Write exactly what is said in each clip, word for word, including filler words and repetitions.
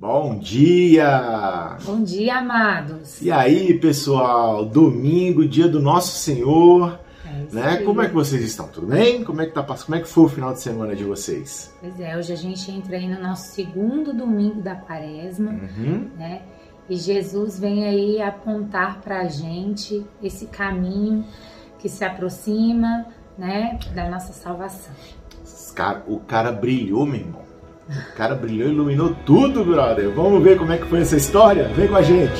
Bom dia! Bom dia, amados! E aí, pessoal? Domingo, dia do Nosso Senhor, é né? Como é que vocês estão? Tudo bem? Como é que tá passando? Como é que foi o final de semana de vocês? Pois é, hoje a gente entra aí no nosso segundo domingo da Quaresma, Uhum. né? E Jesus vem aí apontar pra gente esse caminho que se aproxima, né, da nossa salvação. Cara, o cara brilhou, meu irmão. O cara brilhou, iluminou tudo, brother. Vamos ver como é que foi essa história? Vem com a gente.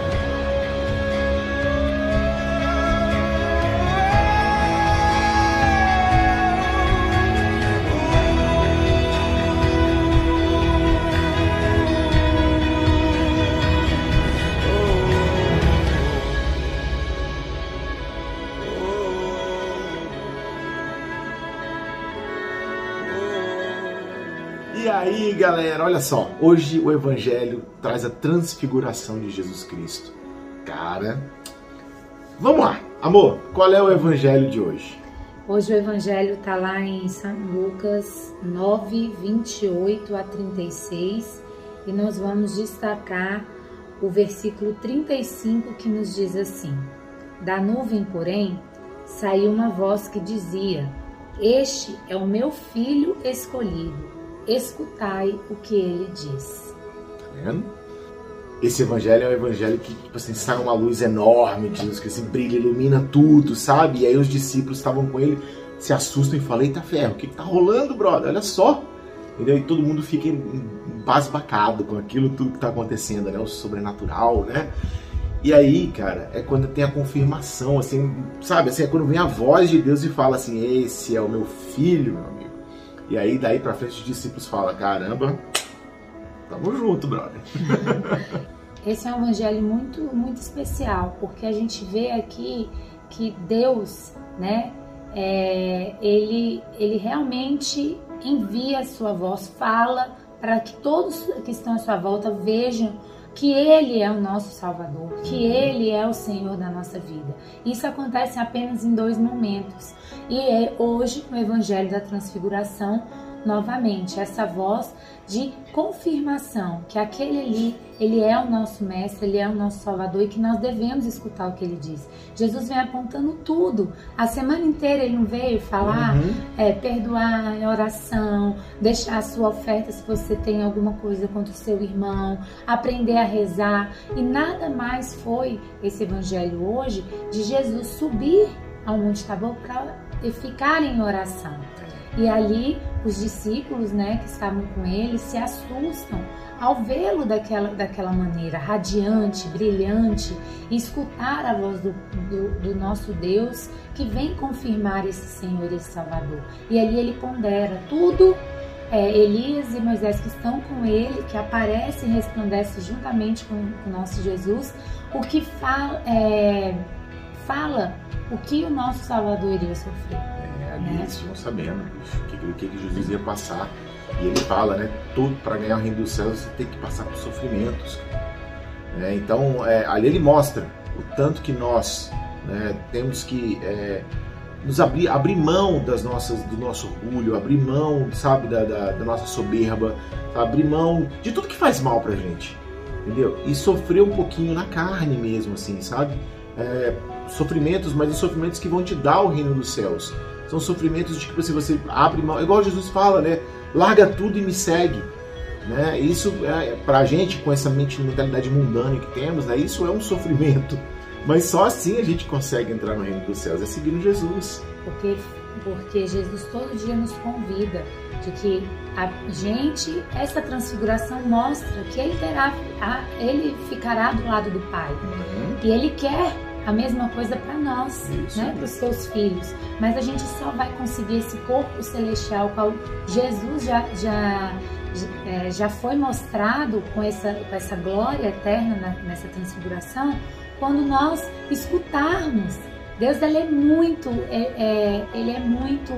E aí, galera, olha só, hoje o Evangelho traz a transfiguração de Jesus Cristo. Cara, vamos lá, amor, qual é o Evangelho de hoje? Hoje o Evangelho está lá em São Lucas nove, vinte e oito a trinta e seis e nós vamos destacar o versículo trinta e cinco que nos diz assim: Da nuvem, porém, saiu uma voz que dizia: Este é o meu filho escolhido. Escutai o que ele diz. Tá vendo? Esse evangelho é um evangelho que, tipo assim, sai uma luz enorme de Jesus, que assim, brilha, ilumina tudo, sabe? E aí os discípulos estavam com ele, se assustam e falam: Eita ferro, o que que tá rolando, brother? Olha só. Entendeu? E todo mundo fica embasbacado com aquilo tudo que tá acontecendo, né? O sobrenatural, né? E aí, cara, é quando tem a confirmação, assim, sabe? Assim, é quando vem a voz de Deus e fala assim: Esse é o meu filho, meu amigo. E aí, daí pra frente, os discípulos falam: Caramba, tamo junto, brother. Esse é um evangelho muito, muito especial, porque a gente vê aqui que Deus, né, é, ele, ele realmente envia a sua voz, fala para que todos que estão à sua volta vejam que Ele é o nosso Salvador, que Ele é o Senhor da nossa vida. Isso acontece apenas em dois momentos. E é hoje, no Evangelho da Transfiguração, novamente, essa voz de confirmação que aquele ali, ele é o nosso mestre, ele é o nosso salvador e que nós devemos escutar o que ele diz. Jesus vem apontando tudo. A semana inteira ele não veio falar, uhum. é, perdoar em oração, deixar a sua oferta se você tem alguma coisa contra o seu irmão, aprender a rezar. E nada mais foi esse evangelho hoje de Jesus subir ao Monte Tabor para ficar em oração. E ali os discípulos, né, que estavam com ele se assustam ao vê-lo daquela, daquela maneira, radiante, brilhante, e escutar a voz do, do, do nosso Deus que vem confirmar esse Senhor, esse Salvador. E ali ele pondera tudo, é, Elias e Moisés que estão com ele, que aparece e resplandece juntamente com o nosso Jesus, o que fala, é, fala o que o nosso Salvador iria sofrer. Ali eles estão sabendo o que, que, que Jesus ia passar. E ele fala, né? Tudo para ganhar o reino dos céus você tem que passar por sofrimentos. É, então, é, ali ele mostra o tanto que nós, né, temos que é, nos abrir, abrir mão das nossas, do nosso orgulho, abrir mão, sabe, da, da, da nossa soberba, abrir mão de tudo que faz mal pra gente, entendeu? E sofrer um pouquinho na carne mesmo, assim, sabe? É, sofrimentos, mas os sofrimentos que vão te dar o reino dos céus. São sofrimentos de que assim, você abre mão, igual Jesus fala, né? Larga tudo e me segue. Né? Isso, é, pra gente, com essa mentalidade mundana que temos, né? Isso é um sofrimento. Mas só assim a gente consegue entrar no reino dos céus, é seguindo Jesus. Porque, porque Jesus todo dia nos convida de que a gente, essa transfiguração mostra que ele, terá, ele ficará do lado do Pai. Uhum. E ele quer a mesma coisa para nós, né, para os seus filhos. Mas a gente só vai conseguir esse corpo celestial, qual Jesus já, já, já, já foi mostrado com essa, com essa glória eterna na, nessa transfiguração, quando nós escutarmos. Deus ele é muito, é, é, ele é muito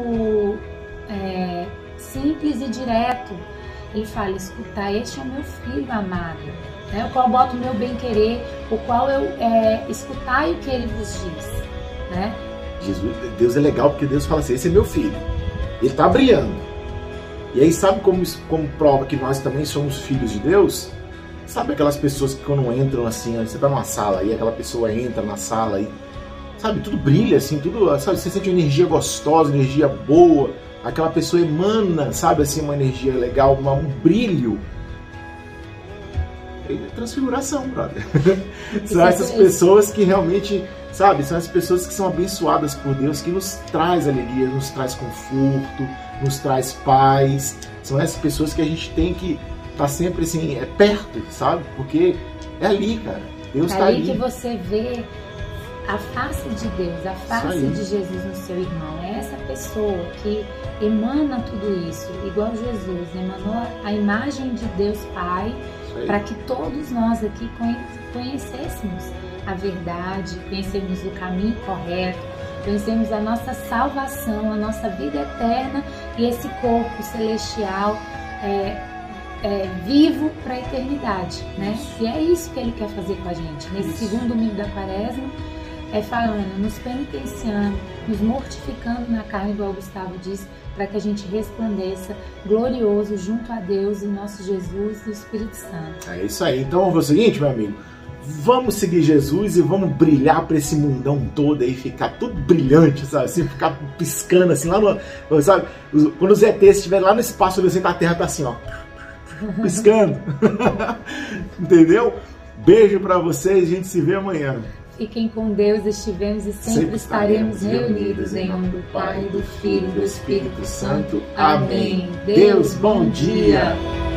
é, simples e direto. Ele fala: escutar, este é o meu filho amado, né, o qual boto o meu bem-querer, o qual eu é, escutai o que ele vos diz, né? Jesus, Deus é legal porque Deus fala assim: esse é meu filho, ele está brilhando. E aí sabe como, como prova que nós também somos filhos de Deus? Sabe aquelas pessoas que quando entram assim, você tá numa sala e aquela pessoa entra na sala e, sabe, tudo brilha assim, tudo, sabe, você sente uma energia gostosa, energia boa, aquela pessoa emana, sabe, assim, uma energia legal, uma, um brilho. É transfiguração, brother. São essas pessoas que realmente, sabe, são as pessoas que são abençoadas por Deus, que nos traz alegria, nos traz conforto, nos traz paz. São essas pessoas que a gente tem que estar sempre assim, é perto, sabe? Porque é ali, cara. Deus está é ali. ali que você vê a face de Deus, a face de Jesus no seu irmão. É essa pessoa que emana tudo isso, igual Jesus, emanou a imagem de Deus Pai, para que todos nós aqui conhecêssemos a verdade, conhecemos o caminho correto, conhecemos a nossa salvação, a nossa vida eterna e esse corpo celestial é, é, vivo para a eternidade, né? E é isso que Ele quer fazer com a gente. Nesse isso. segundo domingo da Quaresma, é falando, nos penitenciando, nos mortificando na carne, igual o Gustavo disse, para que a gente resplandeça glorioso junto a Deus e nosso Jesus e o Espírito Santo. É isso aí. Então, vamos fazer o seguinte, meu amigo. Vamos seguir Jesus e vamos brilhar para esse mundão todo aí, ficar tudo brilhante, sabe? Assim, ficar piscando assim lá no... Sabe? Quando os E Tês estiverem lá no espaço, assim, a Terra tá assim, ó. Piscando. Entendeu? Beijo para vocês, a gente se vê amanhã. Fiquem com Deus, estivemos e sempre, sempre estaremos reunidos em nome do Pai, do Filho e do Espírito Santo. Amém. Deus, bom dia!